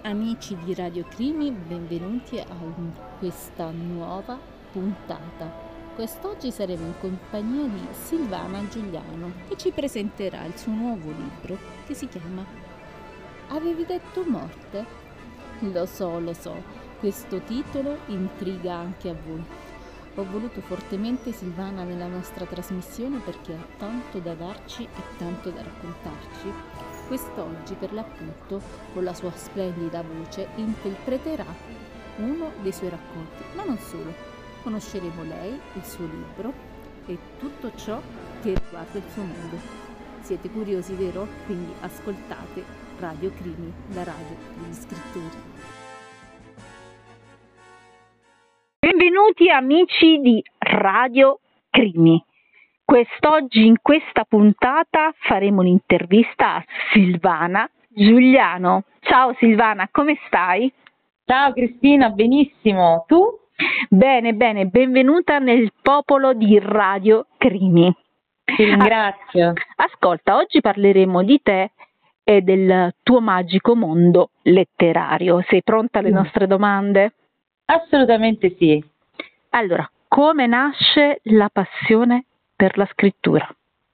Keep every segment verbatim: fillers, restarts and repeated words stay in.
Amici di Radio Crimi, benvenuti a questa nuova puntata. Quest'oggi saremo in compagnia di Silvana Giuliano che ci presenterà il suo nuovo libro che si chiama Avevi detto morte? Lo so, lo so, questo titolo intriga anche a voi. Ho voluto fortemente Silvana nella nostra trasmissione perché ha tanto da darci e tanto da raccontarci. Quest'oggi, per l'appunto, con la sua splendida voce, interpreterà uno dei suoi racconti, ma non solo. Conosceremo lei, il suo libro e tutto ciò che riguarda il suo mondo. Siete curiosi, vero? Quindi ascoltate Radio Crimi, la radio degli scrittori. Benvenuti amici di Radio Crimi. Quest'oggi in questa puntata faremo un'intervista a Silvana Giuliano. Ciao Silvana, come stai? Ciao Cristina, benissimo. Tu? Bene, bene, benvenuta nel popolo di Radio Crimi. Ti ringrazio. Ascolta, oggi parleremo di te e del tuo magico mondo letterario. Sei pronta alle nostre domande? Assolutamente sì. Allora, come nasce la passione per la scrittura?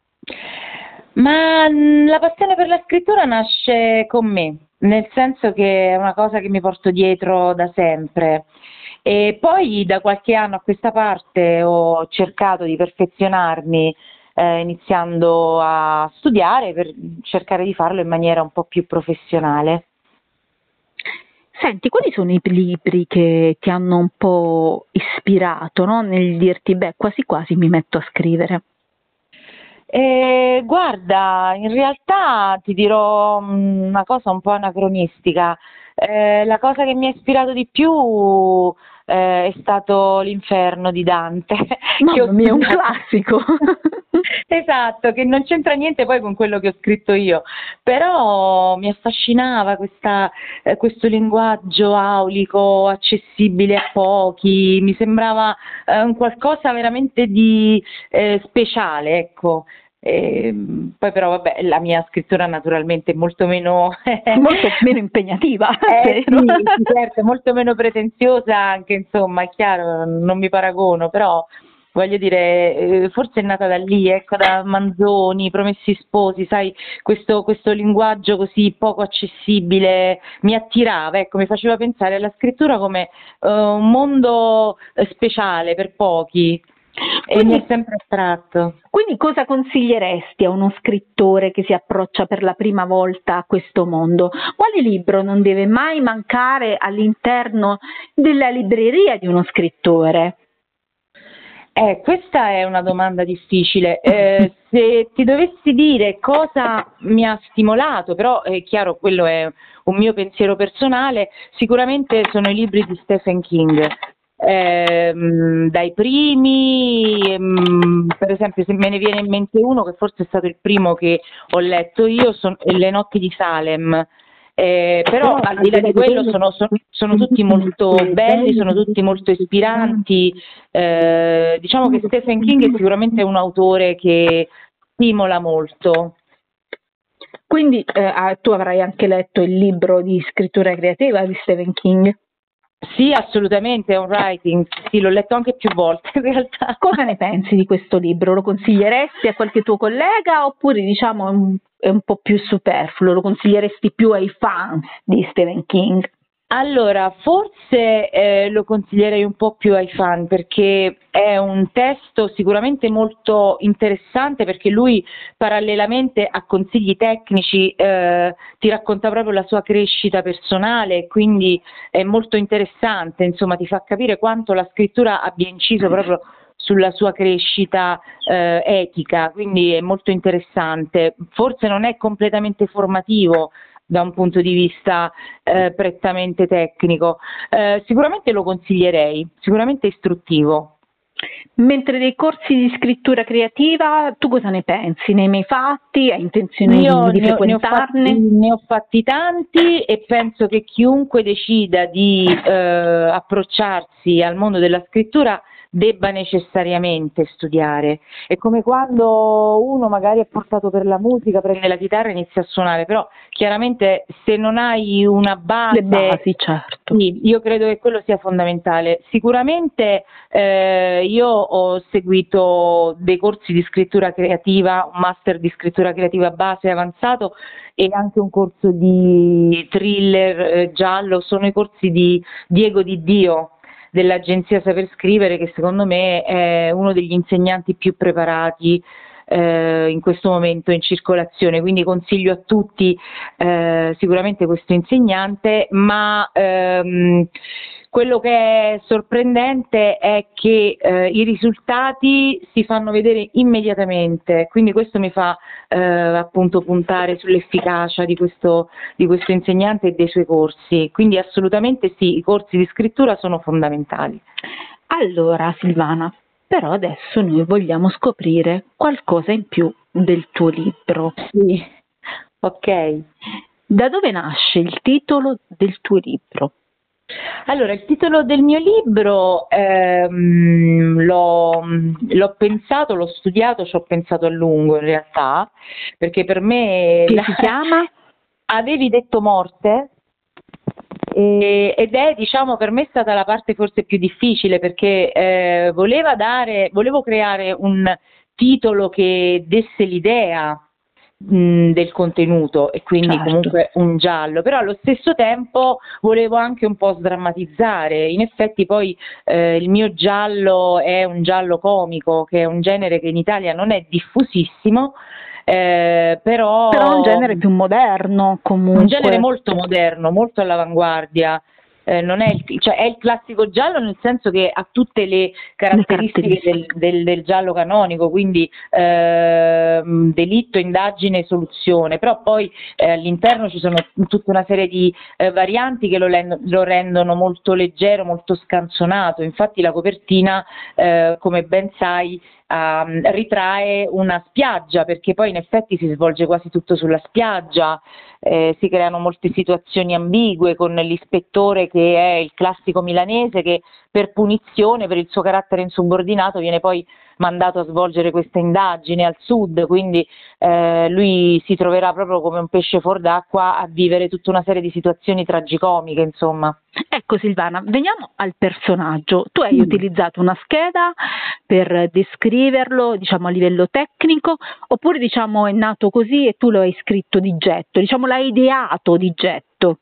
Ma la passione per la scrittura nasce con me, nel senso che è una cosa che mi porto dietro da sempre. E poi da qualche anno a questa parte ho cercato di perfezionarmi, eh, iniziando a studiare per cercare di farlo in maniera un po' più professionale. Senti, quali sono i libri che ti hanno un po' ispirato, no? Nel dirti, beh, quasi quasi mi metto a scrivere? Eh, guarda, in realtà ti dirò una cosa un po' anacronistica. Eh, la cosa che mi ha ispirato di più eh, è stato l'Inferno di Dante. Mamma mia, è un classico! Esatto, che non c'entra niente poi con quello che ho scritto io, però mi affascinava questa, eh, questo linguaggio aulico, accessibile a pochi, mi sembrava eh, un qualcosa veramente di eh, speciale, ecco. E poi però vabbè, la mia scrittura naturalmente è molto meno molto meno impegnativa, eh, sì, certo, molto meno pretenziosa anche, insomma, è chiaro, non mi paragono, però voglio dire, forse è nata da lì, ecco, da Manzoni, Promessi Sposi, sai, questo, questo linguaggio così poco accessibile mi attirava, ecco, mi faceva pensare alla scrittura come uh, un mondo speciale per pochi. E quindi, mi è sempre attratto. Quindi cosa consiglieresti a uno scrittore che si approccia per la prima volta a questo mondo? Quale libro non deve mai mancare all'interno della libreria di uno scrittore? Eh, questa è una domanda difficile. Eh, se ti dovessi dire cosa mi ha stimolato, però è chiaro, quello è un mio pensiero personale, sicuramente sono i libri di Stephen King. Eh, dai primi, ehm, per esempio, se me ne viene in mente uno che forse è stato il primo che ho letto io, sono Le notti di Salem. Eh, però al di là di quello sono, sono, sono tutti molto belli, sono tutti molto ispiranti. Eh, diciamo che Stephen King è sicuramente un autore che stimola molto. Quindi eh, tu avrai anche letto il libro di scrittura creativa di Stephen King? Sì, assolutamente, è un writing, sì, l'ho letto anche più volte in realtà. Cosa ne pensi di questo libro? Lo consiglieresti a qualche tuo collega oppure diciamo è un, è un po' più superfluo? Lo consiglieresti più ai fan di Stephen King? Allora, forse eh, lo consiglierei un po' più ai fan perché è un testo sicuramente molto interessante perché lui parallelamente a consigli tecnici eh, ti racconta proprio la sua crescita personale, quindi è molto interessante, insomma ti fa capire quanto la scrittura abbia inciso proprio sulla sua crescita eh, etica, quindi è molto interessante. Forse non è completamente formativo da un punto di vista eh, prettamente tecnico, eh, sicuramente lo consiglierei, sicuramente istruttivo. Mentre dei corsi di scrittura creativa, tu cosa ne pensi? Ne hai mai fatti? Hai intenzione Io di, di ne ho, frequentarne? ne ho, fatti, ne ho fatti tanti e penso che chiunque decida di eh, approcciarsi al mondo della scrittura debba necessariamente studiare. È come quando uno magari è portato per la musica, prende la chitarra e inizia a suonare, però chiaramente se non hai una base... Le basi, certo. Sì, io credo che quello sia fondamentale. Sicuramente eh, io ho seguito dei corsi di scrittura creativa, un master di scrittura creativa base avanzato e anche un corso di thriller eh, giallo, sono i corsi di Diego Di Dio dell'agenzia Saper Scrivere, che secondo me è uno degli insegnanti più preparati eh, in questo momento in circolazione, quindi consiglio a tutti eh, sicuramente questo insegnante, ma ehm, quello che è sorprendente è che eh, i risultati si fanno vedere immediatamente, quindi questo mi fa eh, appunto puntare sull'efficacia di questo, di questo insegnante e dei suoi corsi, quindi assolutamente sì, i corsi di scrittura sono fondamentali. Allora Silvana, però adesso noi vogliamo scoprire qualcosa in più del tuo libro. Sì, ok. Da dove nasce il titolo del tuo libro? Allora, il titolo del mio libro ehm, l'ho, l'ho pensato, l'ho studiato, ci ho pensato a lungo in realtà, perché per me... Che si chiama? Avevi detto morte? E, ed è, diciamo, per me è stata la parte forse più difficile, perché eh, voleva dare, volevo creare un titolo che desse l'idea mh, del contenuto e quindi certo. comunque un giallo, però allo stesso tempo volevo anche un po' sdrammatizzare. In effetti poi eh, il mio giallo è un giallo comico, che è un genere che in Italia non è diffusissimo. Eh, però, però un genere più moderno, comunque. Un genere molto moderno, molto all'avanguardia. Eh, non è, il, cioè è il classico giallo nel senso che ha tutte le caratteristiche, le caratteristiche. Del, del, del giallo canonico, quindi eh, delitto, indagine, soluzione, però poi eh, all'interno ci sono tutta una serie di eh, varianti che lo, rend, lo rendono molto leggero, molto scanzonato. Infatti la copertina, eh, come ben sai, Uh, ritrae una spiaggia, perché poi in effetti si svolge quasi tutto sulla spiaggia, eh, si creano molte situazioni ambigue con l'ispettore che è il classico milanese che per punizione, per il suo carattere insubordinato, viene poi mandato a svolgere questa indagine al sud, quindi eh, lui si troverà proprio come un pesce fuor d'acqua a vivere tutta una serie di situazioni tragicomiche, insomma. Ecco Silvana, veniamo al personaggio. Tu hai mm. utilizzato una scheda per descriverlo, diciamo, a livello tecnico, oppure diciamo è nato così e tu lo hai scritto di getto, diciamo l'hai ideato di getto?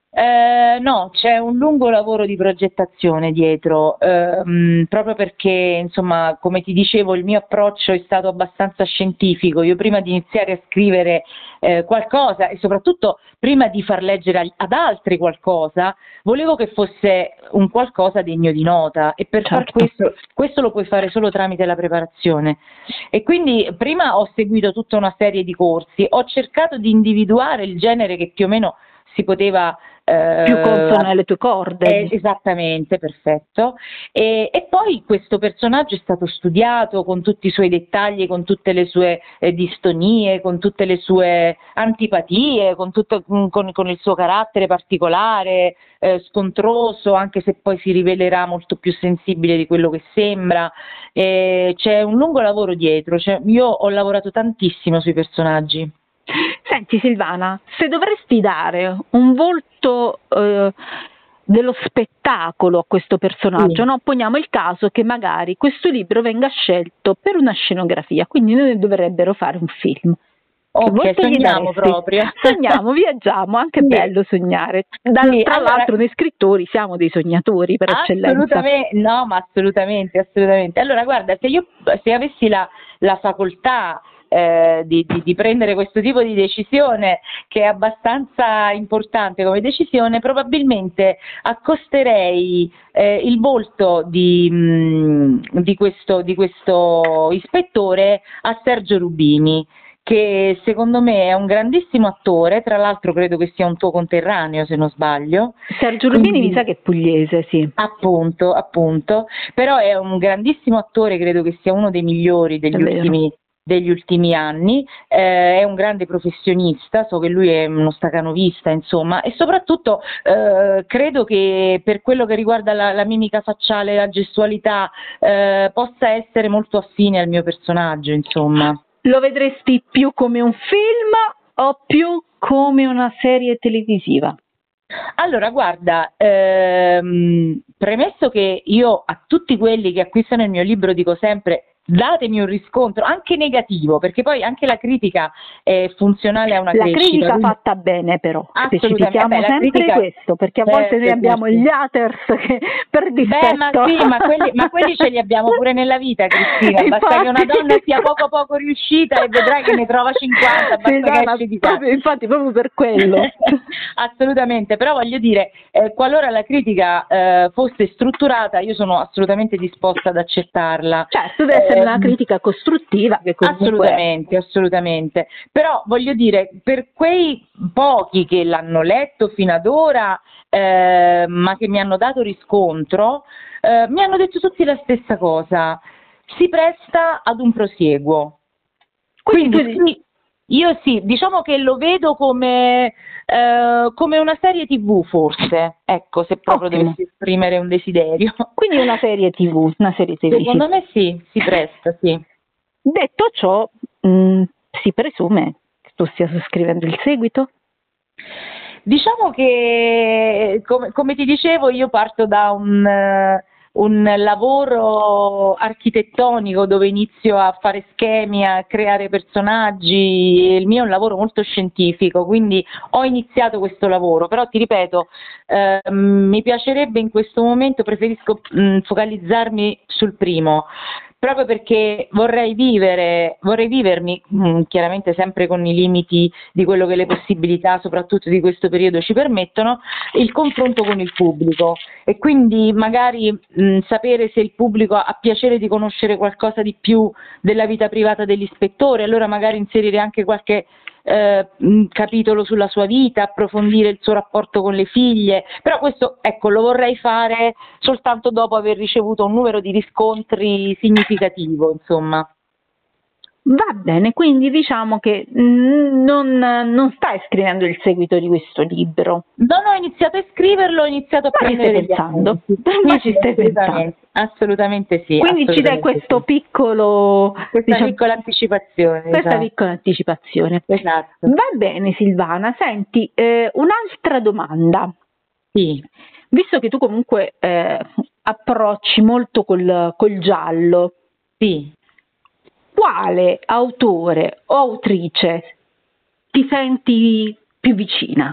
Eh, no, c'è un lungo lavoro di progettazione dietro, ehm, proprio perché, insomma, come ti dicevo, il mio approccio è stato abbastanza scientifico. Io prima di iniziare a scrivere eh, qualcosa e soprattutto prima di far leggere ad altri qualcosa, volevo che fosse un qualcosa degno di nota, e per certo. far questo, questo lo puoi fare solo tramite la preparazione. E quindi prima ho seguito tutta una serie di corsi, ho cercato di individuare il genere che più o meno si poteva eh, più consono alle tue corde. Eh, esattamente, perfetto. E, e poi questo personaggio è stato studiato con tutti i suoi dettagli, con tutte le sue eh, distonie, con tutte le sue antipatie, con, tutto, con, con il suo carattere particolare, eh, scontroso, anche se poi si rivelerà molto più sensibile di quello che sembra. Eh, c'è un lungo lavoro dietro, cioè, io ho lavorato tantissimo sui personaggi. Senti Silvana, se dovresti dare un volto eh, dello spettacolo a questo personaggio, sì. no? Poniamo il caso che magari questo libro venga scelto per una scenografia, quindi noi dovrebbero fare un film. Ok, sogniamo proprio. Sogniamo, viaggiamo, anche sì. bello sognare. Da, sì, tra allora, l'altro noi scrittori siamo dei sognatori per eccellenza. No, ma assolutamente, assolutamente. Allora guarda, se io se avessi la, la facoltà Eh, di, di, di prendere questo tipo di decisione, che è abbastanza importante come decisione, probabilmente accosterei eh, il volto di, mh, di, questo, di questo ispettore a Sergio Rubini, che secondo me è un grandissimo attore, tra l'altro credo che sia un tuo conterraneo se non sbaglio. Sergio Rubini Quindi, mi sa che è pugliese, sì. Appunto, appunto, però è un grandissimo attore, credo che sia uno dei migliori degli ultimi degli ultimi anni, eh, è un grande professionista, so che lui è uno stacanovista, insomma, e soprattutto eh, credo che per quello che riguarda la, la mimica facciale, la gestualità, eh, possa essere molto affine al mio personaggio, insomma. Lo vedresti più come un film o più come una serie televisiva? Allora, guarda, ehm, premesso che io a tutti quelli che acquistano il mio libro dico sempre: datemi un riscontro anche negativo, perché poi anche la critica è funzionale a una la crescita. La critica quindi... fatta bene, però specifichiamo Beh, sempre critica... questo, perché a volte certo, noi abbiamo certo. gli haters che per difetto. Beh, ma sì, ma quelli, ma quelli ce li abbiamo pure nella vita, Cristina. Infatti... Basta che una donna sia poco poco riuscita e vedrai che ne trova cinquanta, basta sì, che no, esci di proprio, infatti proprio per quello. Assolutamente, però voglio dire, eh, qualora la critica eh, fosse strutturata, io sono assolutamente disposta ad accettarla. Certo, deve essere una critica costruttiva che comunque... assolutamente, assolutamente, però voglio dire, per quei pochi che l'hanno letto fino ad ora eh, ma che mi hanno dato riscontro, eh, mi hanno detto tutti la stessa cosa: si presta ad un prosieguo. Quindi, Quindi sì, io sì, diciamo che lo vedo come, eh, come una serie tivù, forse, ecco, se proprio Ottimo. dovessi esprimere un desiderio. Quindi una serie tivù, una serie tivù. Secondo me sì, si presta, sì. Detto ciò, mh, si presume che tu stia scrivendo il seguito? Diciamo che, come, come ti dicevo, io parto da un... Uh, un lavoro architettonico dove inizio a fare schemi, a creare personaggi. Il mio è un lavoro molto scientifico, quindi ho iniziato questo lavoro, però ti ripeto, eh, mi piacerebbe in questo momento, preferisco mh, focalizzarmi sul primo, proprio perché vorrei vivere, vorrei vivermi, mh, chiaramente sempre con i limiti di quello che le possibilità, soprattutto di questo periodo, ci permettono, il confronto con il pubblico, e quindi magari mh, sapere se il pubblico ha piacere di conoscere qualcosa di più della vita privata dell'ispettore, allora magari inserire anche qualche Eh, capitolo sulla sua vita, approfondire il suo rapporto con le figlie, però questo, ecco, lo vorrei fare soltanto dopo aver ricevuto un numero di riscontri significativo, insomma. Va bene, quindi diciamo che non, non stai scrivendo il seguito di questo libro. Non ho iniziato a scriverlo, ho iniziato a Ma prendere pensando. Ma ci stai pensando. Assolutamente sì. Quindi assolutamente ci dai questo sì. piccolo... Questa diciamo, piccola anticipazione. Questa esatto. piccola anticipazione. Esatto. Va bene Silvana, senti, eh, un'altra domanda. Sì. Visto che tu comunque eh, approcci molto col, col giallo. Sì. Quale autore o autrice ti senti più vicina?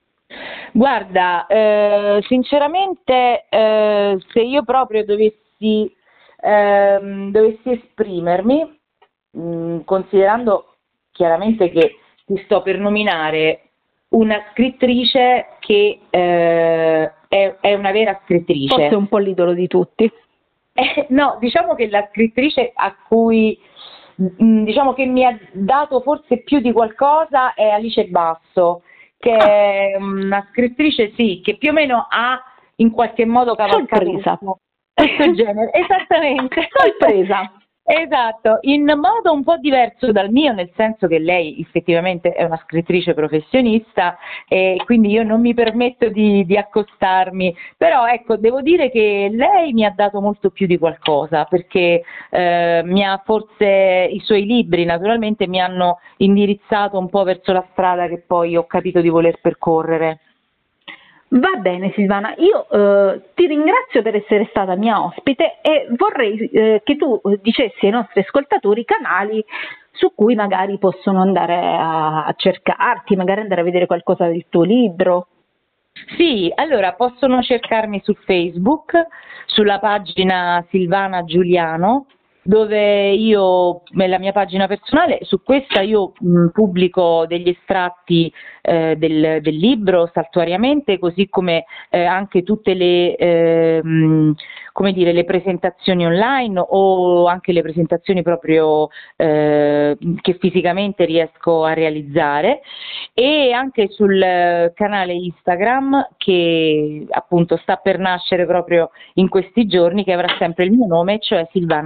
Guarda, eh, sinceramente, eh, se io proprio dovessi, ehm, dovessi esprimermi, mh, considerando chiaramente che ti sto per nominare una scrittrice che eh, è, è una vera scrittrice. Forse un po' l'idolo di tutti. Eh, no, diciamo che la scrittrice a cui, diciamo che mi ha dato forse più di qualcosa è Alice Basso, che è una scrittrice, sì, che più o meno ha in qualche modo cavalcato questo, questo genere. Esattamente. Sorpresa. Esatto, in modo un po' diverso dal mio, nel senso che lei effettivamente è una scrittrice professionista e quindi io non mi permetto di, di accostarmi, però ecco, devo dire che lei mi ha dato molto più di qualcosa, perché eh, mi ha forse, i suoi libri naturalmente mi hanno indirizzato un po' verso la strada che poi ho capito di voler percorrere. Va bene Silvana, io eh, ti ringrazio per essere stata mia ospite e vorrei eh, che tu dicessi ai nostri ascoltatori i canali su cui magari possono andare a, a cercarti, magari andare a vedere qualcosa del tuo libro. Sì, allora possono cercarmi su Facebook, sulla pagina Silvana Giuliano, dove io, nella mia pagina personale, su questa io mh, pubblico degli estratti eh, del, del libro saltuariamente, così come eh, anche tutte le, eh, mh, come dire, le presentazioni online o anche le presentazioni proprio eh, che fisicamente riesco a realizzare, e anche sul canale Instagram che appunto sta per nascere proprio in questi giorni, che avrà sempre il mio nome, cioè Silvana Giuliano.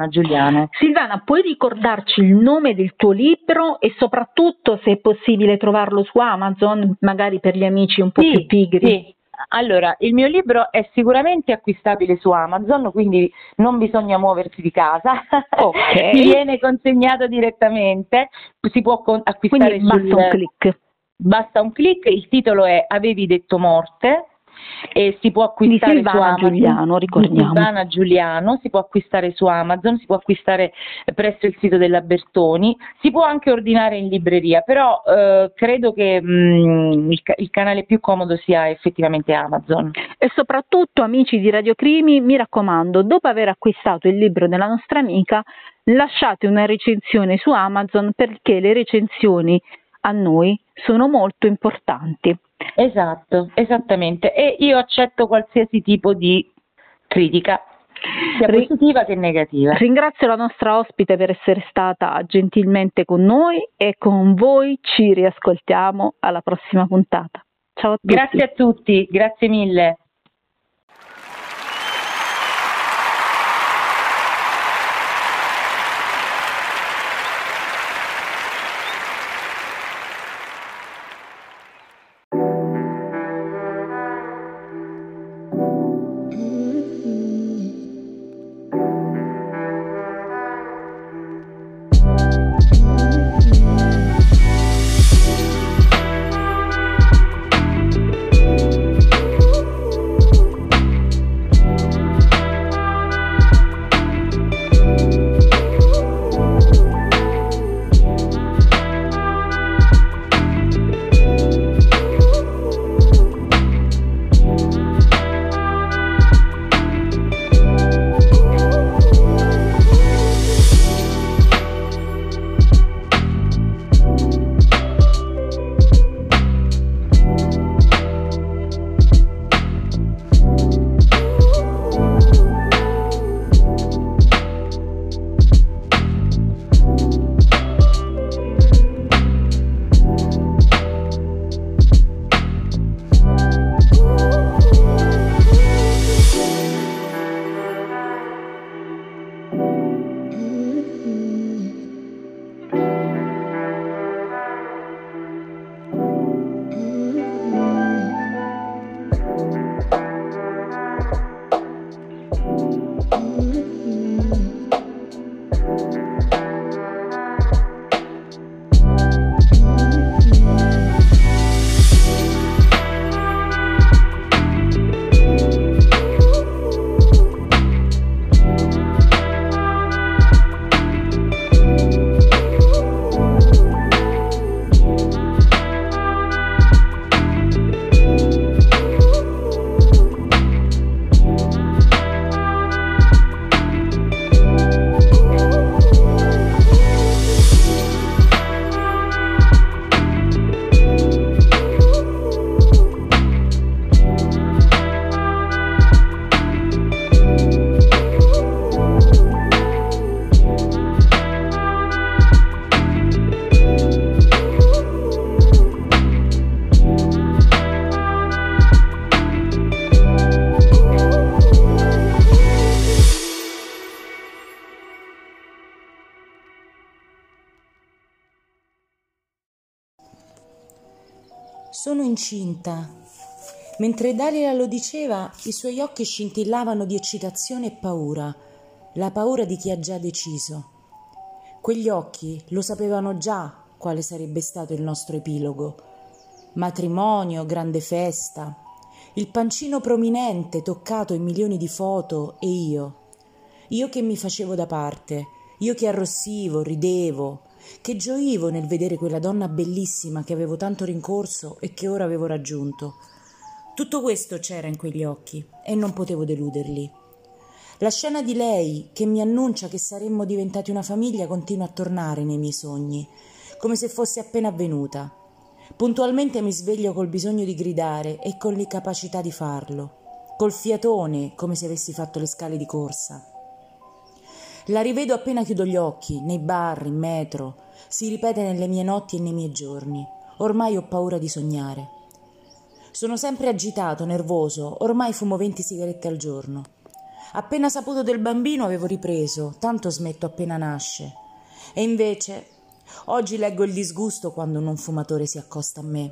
Giuliano. Silvana, puoi ricordarci il nome del tuo libro e soprattutto se è possibile trovarlo su Amazon, magari per gli amici un po' Sì, più pigri? Sì. Allora, il mio libro è sicuramente acquistabile su Amazon, quindi non bisogna muoversi di casa, Ok. ti viene consegnato direttamente, si può con- acquistare Quindi basta sul... un click. Basta un click, il titolo è Avevi detto morte e si può Di acquistare su Silvana Amazon. Giuliano, Di ricordiamo. Silvana Giuliano, si può acquistare su Amazon, si può acquistare presso il sito della Bertoni, si può anche ordinare in libreria, però eh, credo che mh, il, ca- il canale più comodo sia effettivamente Amazon. E soprattutto, amici di Radio Crimi, mi raccomando, dopo aver acquistato il libro della nostra amica, lasciate una recensione su Amazon, perché le recensioni a noi sono molto importanti. Esatto, esattamente. E io accetto qualsiasi tipo di critica, sia Ri- positiva che negativa. Ringrazio la nostra ospite per essere stata gentilmente con noi e con voi ci riascoltiamo alla prossima puntata. Ciao a tutti. Grazie a tutti, grazie mille. Sono incinta. Mentre Dalila lo diceva, i suoi occhi scintillavano di eccitazione e paura, la paura di chi ha già deciso. Quegli occhi lo sapevano già quale sarebbe stato il nostro epilogo. Matrimonio, grande festa, il pancino prominente toccato in milioni di foto e io. Io che mi facevo da parte, io che arrossivo, ridevo, che gioivo nel vedere quella donna bellissima che avevo tanto rincorso e che ora avevo raggiunto. Tutto questo c'era in quegli occhi e non potevo deluderli. La scena di lei che mi annuncia che saremmo diventati una famiglia continua a tornare nei miei sogni, come se fosse appena avvenuta. Puntualmente mi sveglio col bisogno di gridare e con l'incapacità di farlo, col fiatone come se avessi fatto le scale di corsa. La rivedo appena chiudo gli occhi, nei bar, in metro, si ripete nelle mie notti e nei miei giorni. Ormai ho paura di sognare. Sono sempre agitato, nervoso, ormai fumo venti sigarette al giorno. Appena saputo del bambino avevo ripreso, tanto smetto appena nasce. E invece oggi leggo il disgusto quando un non fumatore si accosta a me.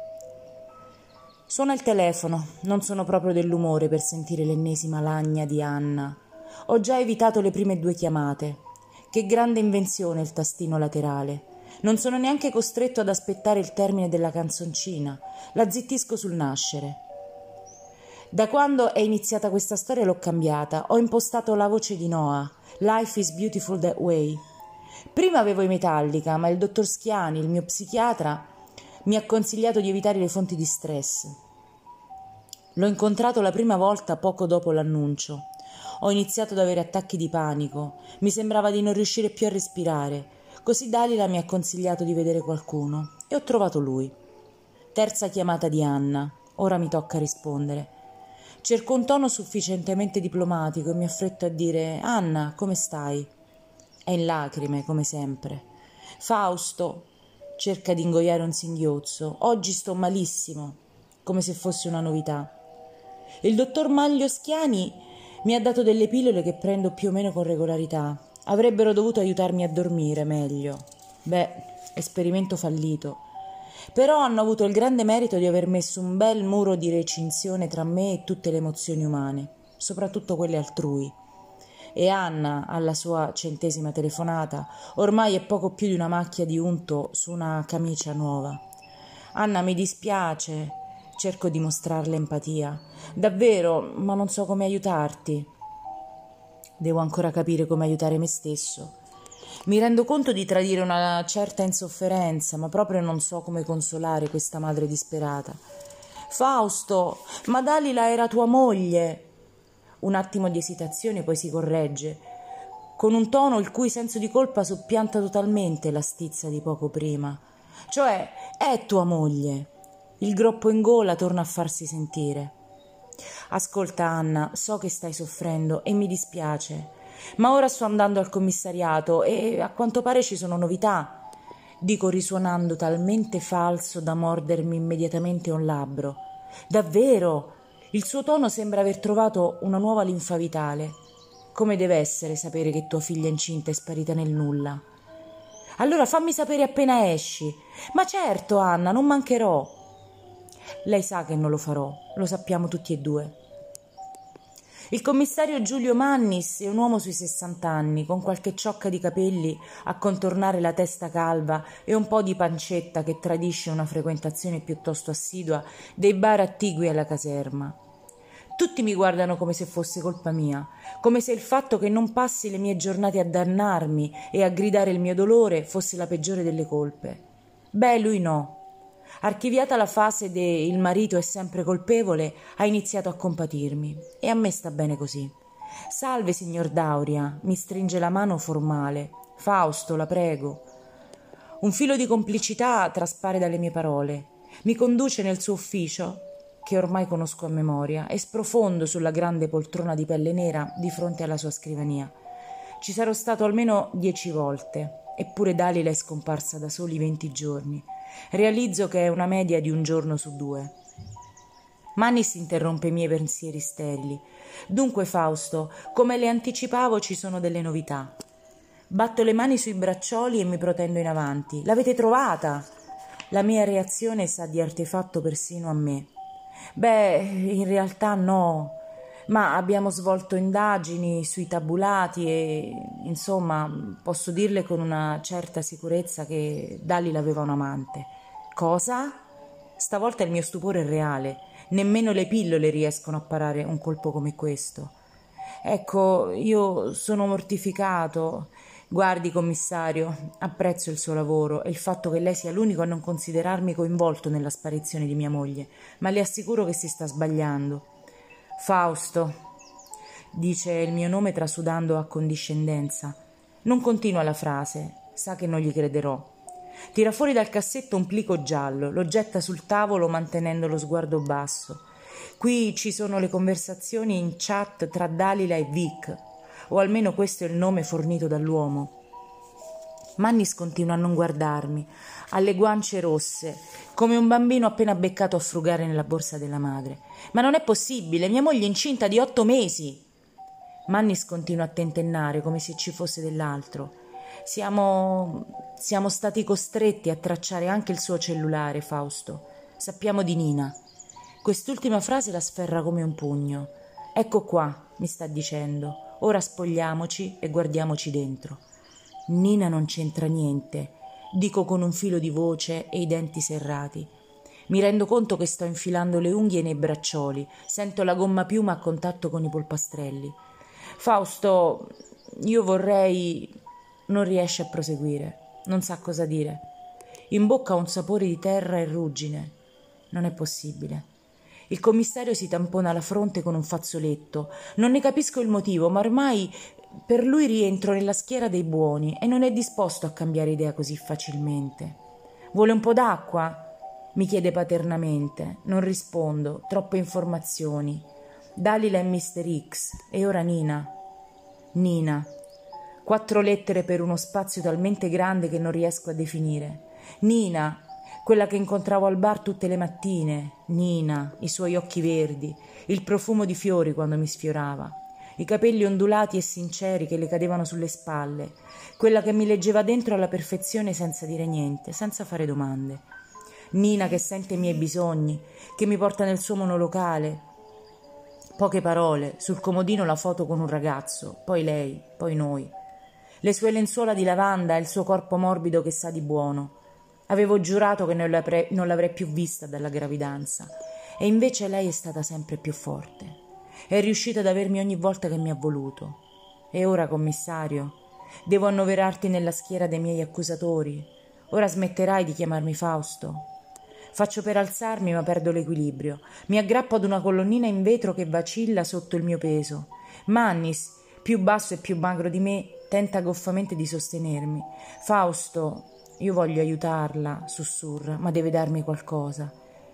Suona il telefono, non sono proprio dell'umore per sentire l'ennesima lagna di Anna. Ho già evitato le prime due chiamate. Che grande invenzione il tastino laterale. Non sono neanche costretto ad aspettare il termine della canzoncina, la zittisco sul nascere. Da quando è iniziata questa storia l'ho cambiata, ho impostato la voce di Noah, Life is beautiful that way. Prima avevo i Metallica, ma il dottor Schiani, il mio psichiatra, mi ha consigliato di evitare le fonti di stress. L'ho incontrato la prima volta poco dopo l'annuncio. Ho iniziato ad avere attacchi di panico, mi sembrava di non riuscire più a respirare. Così Dalila mi ha consigliato di vedere qualcuno e ho trovato lui. Terza chiamata di Anna, ora mi tocca rispondere. Cerco un tono sufficientemente diplomatico e mi affretto a dire: Anna, come stai? È in lacrime, come sempre. Fausto, cerca di ingoiare un singhiozzo. Oggi sto malissimo, come se fosse una novità. Il dottor Manlio Schiani mi ha dato delle pillole che prendo più o meno con regolarità. Avrebbero dovuto aiutarmi a dormire meglio. Beh, esperimento fallito. Però hanno avuto il grande merito di aver messo un bel muro di recinzione tra me e tutte le emozioni umane, soprattutto quelle altrui. E Anna, alla sua centesima telefonata, ormai è poco più di una macchia di unto su una camicia nuova. Anna, mi dispiace, cerco di mostrarle empatia. Davvero, ma non so come aiutarti. Devo ancora capire come aiutare me stesso. Mi rendo conto di tradire una certa insofferenza, ma proprio non so come consolare questa madre disperata. Fausto, ma Dalila era tua moglie. Un attimo di esitazione, poi si corregge, con un tono il cui senso di colpa soppianta totalmente la stizza di poco prima. Cioè, è tua moglie. Il groppo in gola torna a farsi sentire. Ascolta Anna, so che stai soffrendo e mi dispiace, ma ora sto andando al commissariato e a quanto pare ci sono novità, dico risuonando talmente falso da mordermi immediatamente un labbro. Davvero? Il suo tono sembra aver trovato una nuova linfa vitale. Come deve essere sapere che tua figlia incinta è sparita nel nulla? Allora fammi sapere appena esci. Ma certo, Anna, non mancherò. Lei sa che non lo farò, lo sappiamo tutti e due. Il commissario Giulio Mannis è un uomo sui sessant'anni, con qualche ciocca di capelli a contornare la testa calva e un po' di pancetta che tradisce una frequentazione piuttosto assidua dei bar attigui alla caserma. Tutti mi guardano come se fosse colpa mia, come se il fatto che non passi le mie giornate a dannarmi e a gridare il mio dolore fosse la peggiore delle colpe. Beh, lui no. Archiviata la fase de il marito è sempre colpevole, ha iniziato a compatirmi e a me sta bene così. Salve, signor Dauria, mi stringe la mano formale. Fausto, la prego. Un filo di complicità traspare dalle mie parole. Mi conduce nel suo ufficio, che ormai conosco a memoria, e sprofondo sulla grande poltrona di pelle nera di fronte alla sua scrivania. Ci sarò stato almeno dieci volte, eppure Dalila è scomparsa da soli venti giorni. Realizzo che è una media di un giorno su due. Mannis interrompe i miei pensieri sterili. Dunque, Fausto, come le anticipavo, ci sono delle novità. Batto le mani sui braccioli e mi protendo in avanti. L'avete trovata? La mia reazione sa di artefatto persino a me. Beh, in realtà no, ma abbiamo svolto indagini sui tabulati e, insomma, posso dirle con una certa sicurezza che Dalila aveva un amante. Cosa? Stavolta il mio stupore è reale. Nemmeno le pillole riescono a parare un colpo come questo. Ecco, io sono mortificato. Guardi, commissario, apprezzo il suo lavoro e il fatto che lei sia l'unico a non considerarmi coinvolto nella sparizione di mia moglie, ma le assicuro che si sta sbagliando. Fausto, dice il mio nome trasudando a condiscendenza. Non continua la frase, sa che non gli crederò. Tira fuori dal cassetto un plico giallo, lo getta sul tavolo mantenendo lo sguardo basso. Qui ci sono le conversazioni in chat tra Dalila e Vic, o almeno questo è il nome fornito dall'uomo. Mannis continua a non guardarmi, ha le guance rosse, come un bambino appena beccato a frugare nella borsa della madre. Ma non è possibile, mia moglie è incinta di otto mesi. Mannis continua a tentennare come se ci fosse dell'altro. Siamo... siamo stati costretti a tracciare anche il suo cellulare, Fausto. Sappiamo di Nina. Quest'ultima frase la sferra come un pugno. Ecco qua, mi sta dicendo. Ora spogliamoci e guardiamoci dentro. Nina non c'entra niente, dico con un filo di voce e i denti serrati. Mi rendo conto che sto infilando le unghie nei braccioli, sento la gomma piuma a contatto con i polpastrelli. Fausto, io vorrei... Non riesce a proseguire, non sa cosa dire. In bocca ha un sapore di terra e ruggine. Non è possibile. Il commissario si tampona la fronte con un fazzoletto. Non ne capisco il motivo, ma ormai per lui rientro nella schiera dei buoni e non è disposto a cambiare idea così facilmente. Vuole un po' d'acqua? Mi chiede paternamente. Non rispondo, troppe informazioni. Dalila e mister X e ora Nina. Nina. Quattro lettere per uno spazio talmente grande che non riesco a definire. Nina, quella che incontravo al bar tutte le mattine. Nina, i suoi occhi verdi, il profumo di fiori quando mi sfiorava, i capelli ondulati e sinceri che le cadevano sulle spalle, quella che mi leggeva dentro alla perfezione senza dire niente, senza fare domande. Nina che sente i miei bisogni, che mi porta nel suo monolocale. Poche parole, sul comodino la foto con un ragazzo, poi lei, poi noi. Le sue lenzuola di lavanda e il suo corpo morbido che sa di buono. Avevo giurato che non l'avrei, non l'avrei più vista dalla gravidanza, e invece lei è stata sempre più forte. È riuscita ad avermi ogni volta che mi ha voluto. E ora, commissario, devo annoverarti nella schiera dei miei accusatori. Ora smetterai di chiamarmi Fausto. Faccio per alzarmi, ma perdo l'equilibrio. Mi aggrappo ad una colonnina in vetro che vacilla sotto il mio peso. Mannis, più basso e più magro di me, tenta goffamente di sostenermi. Fausto, io voglio aiutarla, sussurra, ma deve darmi qualcosa.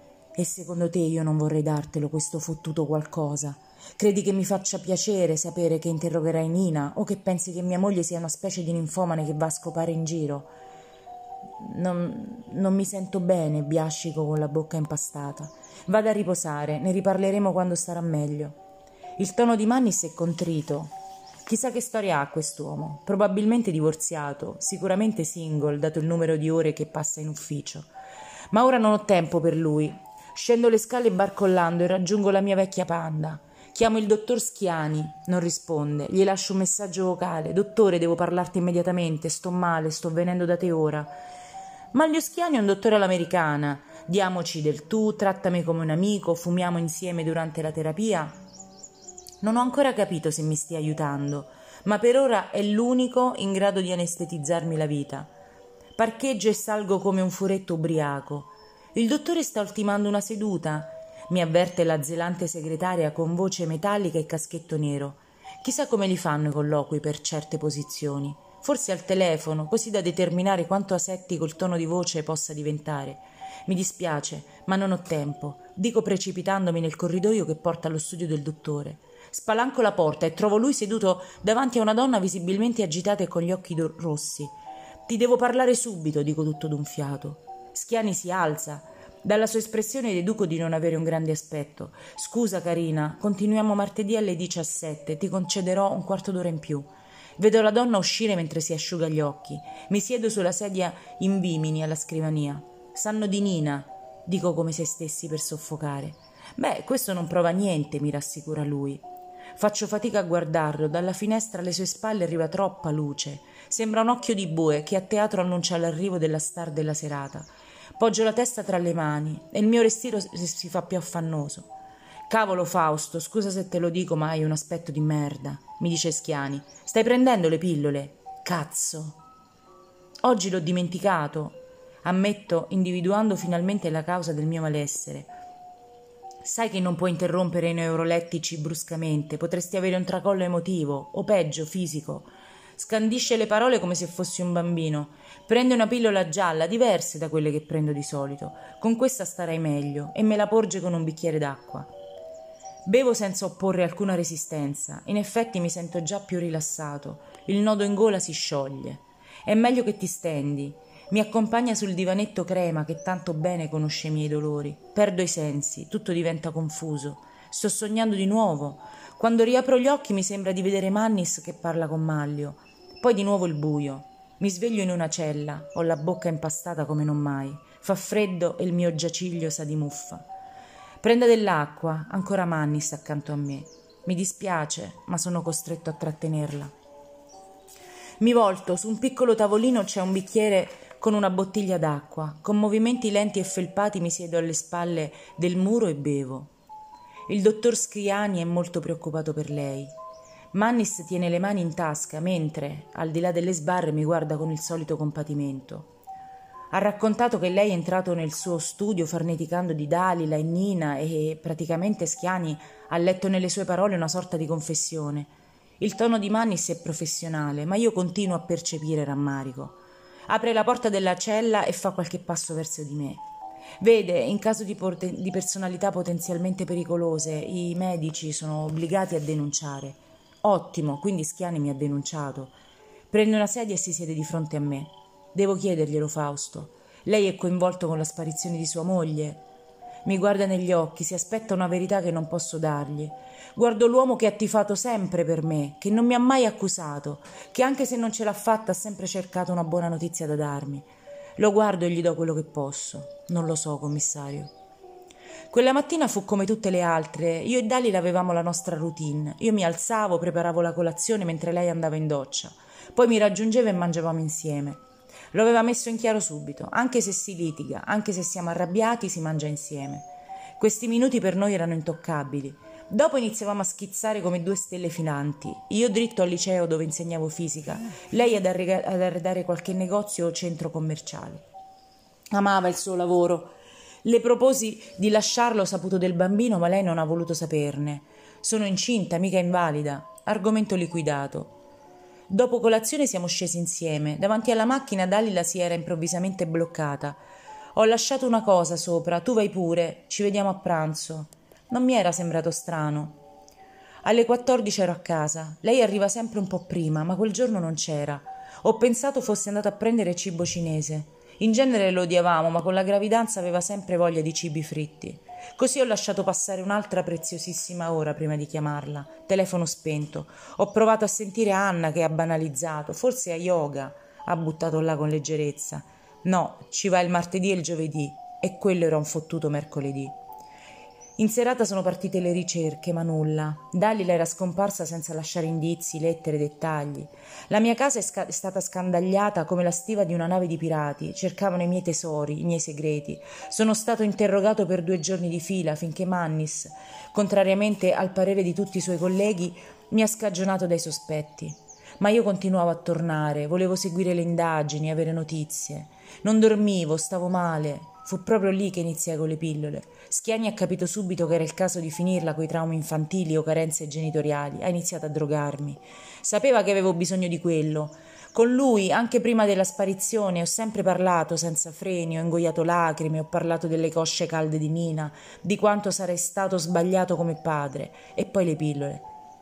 E secondo te io non vorrei dartelo questo fottuto qualcosa? Credi che mi faccia piacere sapere che interrogherai Nina o che pensi che mia moglie sia una specie di ninfomane che va a scopare in giro? Non, non mi sento bene, biascico con la bocca impastata. Vado a riposare, ne riparleremo quando starà meglio. Il tono di Mannis è contrito. Chissà che storia ha quest'uomo, probabilmente divorziato, sicuramente single, dato il numero di ore che passa in ufficio. Ma ora non ho tempo per lui. Scendo le scale barcollando e raggiungo la mia vecchia Panda. Chiamo il dottor Schiani, non risponde. Gli lascio un messaggio vocale. Dottore, devo parlarti immediatamente, sto male, sto venendo da te ora. Ma gli Schiani è un dottore all'americana. Diamoci del tu, trattami come un amico, fumiamo insieme durante la terapia. Non ho ancora capito se mi stia aiutando, ma per ora è l'unico in grado di anestetizzarmi la vita. Parcheggio e salgo come un furetto ubriaco. Il dottore sta ultimando una seduta, mi avverte la zelante segretaria con voce metallica e caschetto nero. Chissà come li fanno i colloqui per certe posizioni. Forse al telefono, così da determinare quanto asettico il tono di voce possa diventare. Mi dispiace, ma non ho tempo, dico precipitandomi nel corridoio che porta allo studio del dottore. Spalanco la porta e trovo lui seduto davanti a una donna visibilmente agitata e con gli occhi rossi. Ti devo parlare subito, dico tutto d'un fiato. Schiani si alza. Dalla sua espressione deduco di non avere un grande aspetto. Scusa carina, continuiamo martedì alle diciassette, ti concederò un quarto d'ora in più. Vedo la donna uscire mentre si asciuga gli occhi. Mi siedo sulla sedia in vimini alla scrivania. Sanno di Nina, dico come se stessi per soffocare. Beh, questo non prova niente, mi rassicura lui. Faccio fatica a guardarlo, dalla finestra alle sue spalle arriva troppa luce. Sembra un occhio di bue che a teatro annuncia l'arrivo della star della serata. Poggio la testa tra le mani e il mio respiro si fa più affannoso. Cavolo Fausto, scusa se te lo dico, ma hai un aspetto di merda, mi dice Schiani. Stai prendendo le pillole? Cazzo. Oggi l'ho dimenticato, ammetto, individuando finalmente la causa del mio malessere. Sai che non puoi interrompere i neurolettici bruscamente, potresti avere un tracollo emotivo, o peggio, fisico. Scandisce le parole come se fossi un bambino. Prende una pillola gialla, diverse da quelle che prendo di solito. Con questa starai meglio, e me la porge con un bicchiere d'acqua. Bevo senza opporre alcuna resistenza. In effetti mi sento già più rilassato. Il nodo in gola si scioglie. È meglio che ti stendi. Mi accompagna sul divanetto crema che tanto bene conosce i miei dolori. Perdo i sensi, tutto diventa confuso. Sto sognando di nuovo. Quando riapro gli occhi mi sembra di vedere Mannis che parla con Manlio. Poi di nuovo il buio. Mi sveglio in una cella, ho la bocca impastata come non mai. Fa freddo e il mio giaciglio sa di muffa. Prenda dell'acqua, ancora Mannis accanto a me. Mi dispiace, ma sono costretto a trattenerla. Mi volto, su un piccolo tavolino c'è un bicchiere con una bottiglia d'acqua. Con movimenti lenti e felpati mi siedo alle spalle del muro e bevo. Il dottor Scriani è molto preoccupato per lei. Mannis tiene le mani in tasca mentre, al di là delle sbarre, mi guarda con il solito compatimento. Ha raccontato che lei è entrato nel suo studio farneticando di Dalila e Nina e praticamente Schiani ha letto nelle sue parole una sorta di confessione. Il tono di Mannis è professionale, ma io continuo a percepire rammarico. Apre la porta della cella e fa qualche passo verso di me. Vede, in caso di, poten- di personalità potenzialmente pericolose, i medici sono obbligati a denunciare. Ottimo, quindi Schiani mi ha denunciato. Prende una sedia e si siede di fronte a me. Devo chiederglielo, Fausto. Lei è coinvolto con la sparizione di sua moglie. Mi guarda negli occhi, si aspetta una verità che non posso dargli. Guardo l'uomo che ha tifato sempre per me, che non mi ha mai accusato, che anche se non ce l'ha fatta ha sempre cercato una buona notizia da darmi. Lo guardo e gli do quello che posso. Non lo so, commissario. Quella mattina fu come tutte le altre. Io e Dalila avevamo la nostra routine. Io mi alzavo, preparavo la colazione mentre lei andava in doccia. Poi mi raggiungeva e mangiavamo insieme. Lo aveva messo in chiaro subito. Anche se si litiga, anche se siamo arrabbiati, si mangia insieme. Questi minuti per noi erano intoccabili. Dopo iniziavamo a schizzare come due stelle filanti. Io dritto al liceo dove insegnavo fisica, lei ad, arrega- ad arredare qualche negozio o centro commerciale. Amava il suo lavoro. Le proposi di lasciarlo saputo del bambino, ma lei non ha voluto saperne. Sono incinta, mica invalida. Argomento liquidato. Dopo colazione siamo scesi insieme. Davanti alla macchina Dalila si era improvvisamente bloccata. Ho lasciato una cosa sopra, tu vai pure, ci vediamo a pranzo. Non mi era sembrato strano. Alle quattordici ero a casa. Lei arriva sempre un po' prima, ma quel giorno non c'era. Ho pensato fosse andato a prendere cibo cinese. In genere lo odiavamo, ma con la gravidanza aveva sempre voglia di cibi fritti. Così ho lasciato passare un'altra preziosissima ora prima di chiamarla. Telefono spento. Ho provato a sentire Anna che ha banalizzato, forse a yoga, ha buttato là con leggerezza. No, ci va il martedì e il giovedì, e quello era un fottuto mercoledì. In serata sono partite le ricerche, ma nulla. Dalila era scomparsa senza lasciare indizi, lettere, dettagli. La mia casa è, sca- è stata scandagliata come la stiva di una nave di pirati. Cercavano i miei tesori, i miei segreti. Sono stato interrogato per due giorni di fila finché Mannis, contrariamente al parere di tutti i suoi colleghi, mi ha scagionato dai sospetti. Ma io continuavo a tornare, volevo seguire le indagini, avere notizie. Non dormivo, stavo male. Fu proprio lì che iniziai con le pillole. Schiani ha capito subito che era il caso di finirla coi traumi infantili o carenze genitoriali. Ha iniziato a drogarmi. Sapeva che avevo bisogno di quello. Con lui, anche prima della sparizione, ho sempre parlato senza freni, ho ingoiato lacrime, ho parlato delle cosce calde di Nina, di quanto sarei stato sbagliato come padre. E poi le pillole.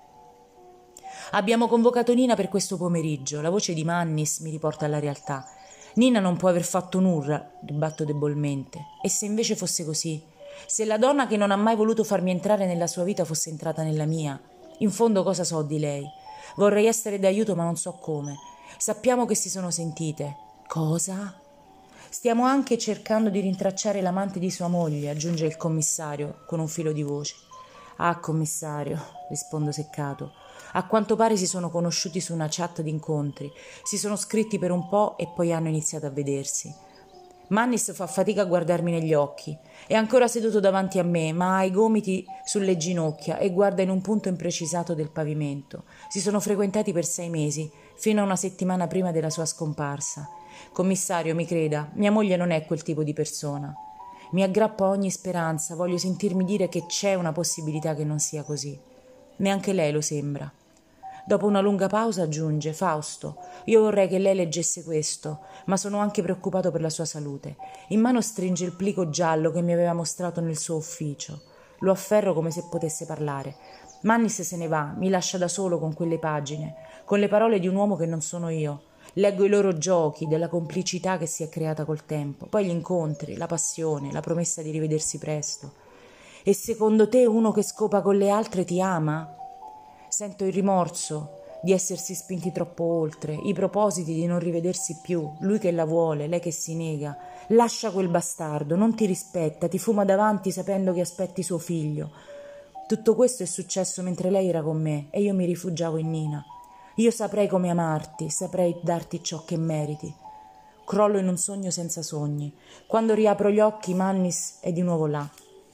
Abbiamo convocato Nina per questo pomeriggio. La voce di Mannis mi riporta alla realtà. Nina non può aver fatto nulla, ribatto debolmente. E se invece fosse così? Se la donna che non ha mai voluto farmi entrare nella sua vita fosse entrata nella mia? In fondo cosa so di lei? Vorrei essere d'aiuto ma non so come. Sappiamo che si sono sentite. Cosa? Stiamo anche cercando di rintracciare l'amante di sua moglie, aggiunge il commissario con un filo di voce. Ah, commissario, rispondo seccato. A quanto pare si sono conosciuti su una chat di incontri, si sono scritti per un po' e poi hanno iniziato a vedersi. Mannis fa fatica a guardarmi negli occhi, è ancora seduto davanti a me, ma ha i gomiti sulle ginocchia e guarda in un punto imprecisato del pavimento. Si sono frequentati per sei mesi, fino a una settimana prima della sua scomparsa. Commissario, mi creda, mia moglie non è quel tipo di persona. Mi aggrappo a ogni speranza, voglio sentirmi dire che c'è una possibilità che non sia così. Neanche lei lo sembra. Dopo una lunga pausa aggiunge: Fausto, io vorrei che lei leggesse questo, ma sono anche preoccupato per la sua salute. In mano stringe il plico giallo che mi aveva mostrato nel suo ufficio. Lo afferro come se potesse parlare. Mannis se ne va, mi lascia da solo con quelle pagine, con le parole di un uomo che non sono io. Leggo i loro giochi, della complicità che si è creata col tempo, poi gli incontri, la passione, la promessa di rivedersi presto. E secondo te uno che scopa con le altre ti ama? Sento il rimorso di essersi spinti troppo oltre, i propositi di non rivedersi più, lui che la vuole, lei che si nega. Lascia quel bastardo, non ti rispetta, ti fuma davanti sapendo che aspetti suo figlio. Tutto questo è successo mentre lei era con me e io mi rifugiavo in Nina. Io saprei come amarti, saprei darti ciò che meriti. Crollo in un sogno senza sogni. Quando riapro gli occhi, Mannis è di nuovo là.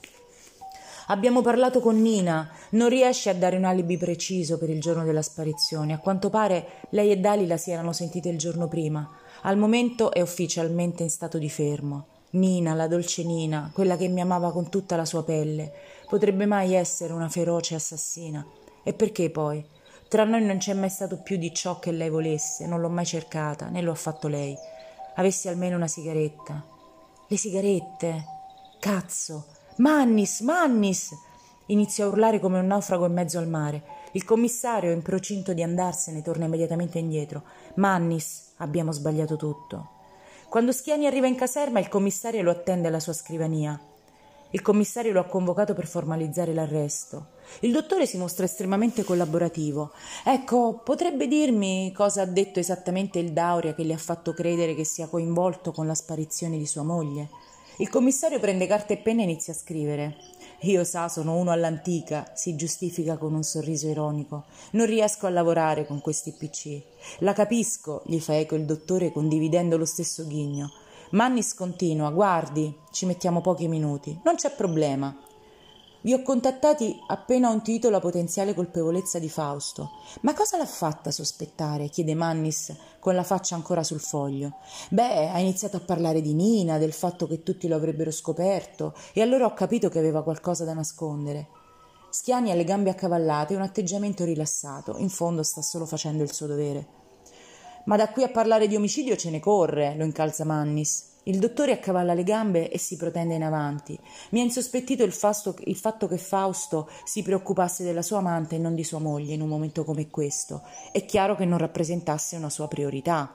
Abbiamo parlato con Nina, non riesce a dare un alibi preciso per il giorno della sparizione. A quanto pare lei e Dalila si erano sentite il giorno prima. Al momento è ufficialmente in stato di fermo. Nina, la dolce Nina, quella che mi amava con tutta la sua pelle, potrebbe mai essere una feroce assassina? E perché poi? Tra noi non c'è mai stato più di ciò che lei volesse, non l'ho mai cercata, né lo ha fatto lei. Avessi almeno una sigaretta. Le sigarette? Cazzo! Mannis, Mannis! Inizio a urlare come un naufrago in mezzo al mare. Il commissario, in procinto di andarsene, torna immediatamente indietro. Mannis, abbiamo sbagliato tutto. Quando Schiani arriva in caserma, il commissario lo attende alla sua scrivania. Il commissario lo ha convocato per formalizzare l'arresto. Il dottore si mostra estremamente collaborativo. Ecco, potrebbe dirmi cosa ha detto esattamente il Dauria che le ha fatto credere che sia coinvolto con la sparizione di sua moglie? Il commissario prende carta e penna e inizia a scrivere. Io sa, sono uno all'antica, si giustifica con un sorriso ironico. Non riesco a lavorare con questi P C. La capisco, gli fa eco il dottore condividendo lo stesso ghigno. Mannis continua, guardi, ci mettiamo pochi minuti, non c'è problema. Vi ho contattati appena ho intuito la potenziale colpevolezza di Fausto. Ma cosa l'ha fatta sospettare? Chiede Mannis con la faccia ancora sul foglio. Beh, ha iniziato a parlare di Nina, del fatto che tutti lo avrebbero scoperto, e allora ho capito che aveva qualcosa da nascondere. Schiani ha le gambe accavallate e un atteggiamento rilassato, in fondo sta solo facendo il suo dovere. Ma da qui a parlare di omicidio ce ne corre, lo incalza Mannis. Il dottore accavalla le gambe e si protende in avanti. Mi ha insospettito il, fasto, il fatto che Fausto si preoccupasse della sua amante e non di sua moglie in un momento come questo. È chiaro che non rappresentasse una sua priorità.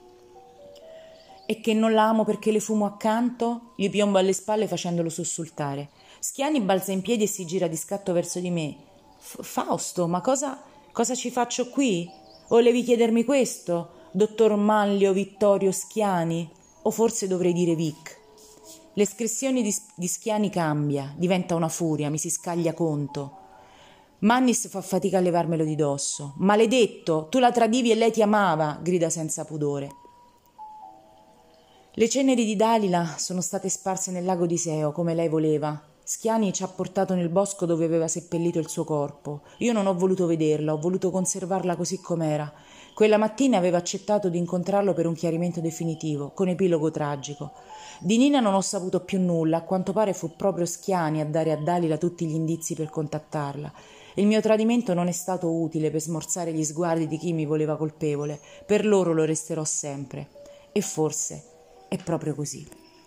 E che non la amo perché le fumo accanto? Gli piombo alle spalle facendolo sussultare. Schiani balza in piedi e si gira di scatto verso di me. Fausto, ma cosa, cosa ci faccio qui? Volevi chiedermi questo, dottor Manlio Vittorio Schiani? O forse dovrei dire Vic. L'espressione di, di Schiani cambia, diventa una furia, mi si scaglia conto. Mannis fa fatica a levarmelo di dosso. Maledetto, tu la tradivi e lei ti amava, grida senza pudore. Le ceneri di Dalila sono state sparse nel lago di Seo, come lei voleva. Schiani ci ha portato nel bosco dove aveva seppellito il suo corpo. Io non ho voluto vederla, ho voluto conservarla così com'era. Quella mattina aveva accettato di incontrarlo per un chiarimento definitivo, con epilogo tragico. Di Nina non ho saputo più nulla, a quanto pare fu proprio Schiani a dare a Dalila tutti gli indizi per contattarla. Il mio tradimento non è stato utile per smorzare gli sguardi di chi mi voleva colpevole, per loro lo resterò sempre. E forse è proprio così.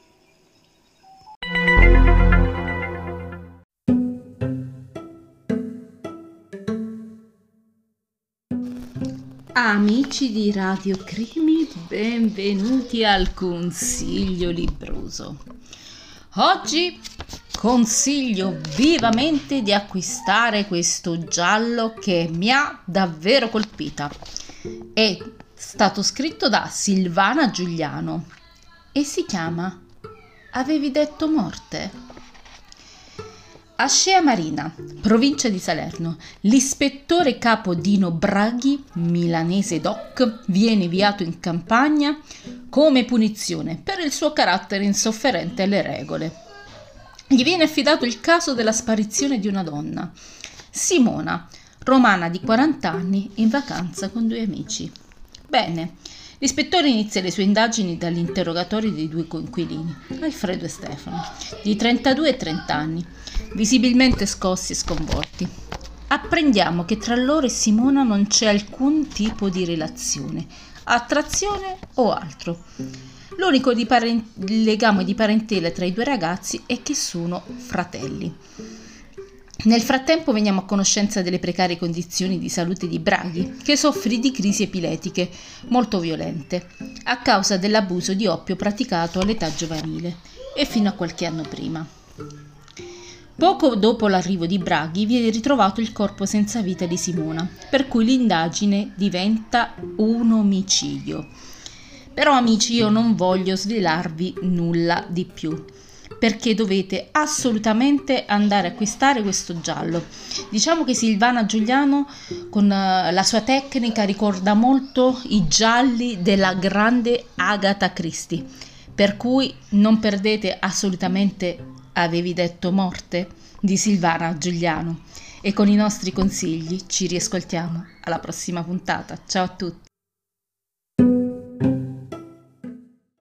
Amici di Radio Crimi, benvenuti al Consiglio Libroso. Oggi consiglio vivamente di acquistare questo giallo che mi ha davvero colpita. È stato scritto da Silvana Giuliano e si chiama Avevi detto morte? A Scea Marina, provincia di Salerno, l'ispettore capo Dino Braghi, milanese doc, viene inviato in campagna come punizione per il suo carattere insofferente alle regole. Gli viene affidato il caso della sparizione di una donna, Simona, romana di quaranta anni, in vacanza con due amici. Bene, l'ispettore inizia le sue indagini dall'interrogatorio dei due coinquilini, Alfredo e Stefano, di trentadue e trenta anni, visibilmente scossi e sconvolti. Apprendiamo che tra loro e Simona non c'è alcun tipo di relazione, attrazione o altro. L'unico di paren- legame di parentela tra i due ragazzi è che sono fratelli. Nel frattempo veniamo a conoscenza delle precarie condizioni di salute di Braghi, che soffre di crisi epiletiche molto violente a causa dell'abuso di oppio praticato all'età giovanile e fino a qualche anno prima. Poco dopo l'arrivo di Braghi viene ritrovato il corpo senza vita di Simona, per cui l'indagine diventa un omicidio. Però amici, io non voglio svelarvi nulla di più, perché dovete assolutamente andare a acquistare questo giallo. Diciamo che Silvana Giuliano con la sua tecnica ricorda molto i gialli della grande Agatha Christie, per cui non perdete assolutamente Avevi detto morte di Silvana Giuliano, e con i nostri consigli ci riascoltiamo alla prossima puntata. Ciao a tutti.